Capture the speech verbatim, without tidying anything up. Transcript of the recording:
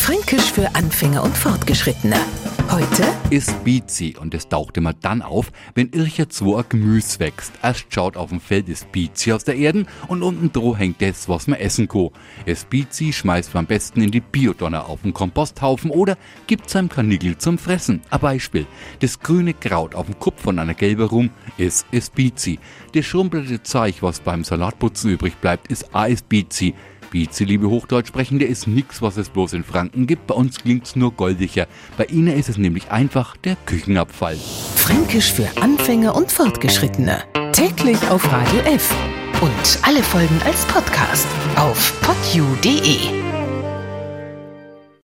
Fränkisch für Anfänger und Fortgeschrittene. Heute Esbizi, und es taucht immer dann auf, wenn irgendwo ein Gemüse wächst. Erst schaut auf dem Feld Esbizi aus der Erde und unten dran hängt das, was man essen kann. Esbizi schmeißt man am besten in die Biodonner auf den Komposthaufen oder gibt seinem Kanickel zum Fressen. Ein Beispiel: Das grüne Kraut auf dem Kopf von einer gelben Rum ist Esbizi. Das schrumpelte Zeug, was beim Salatputzen übrig bleibt, ist auch Esbizi. Bizi, liebe Hochdeutschsprechende, ist nix, was es bloß in Franken gibt. Bei uns klingt's nur goldiger. Bei Ihnen ist es nämlich einfach der Küchenabfall. Fränkisch für Anfänger und Fortgeschrittene. Täglich auf Radio F. Und alle Folgen als Podcast auf podu punkt de.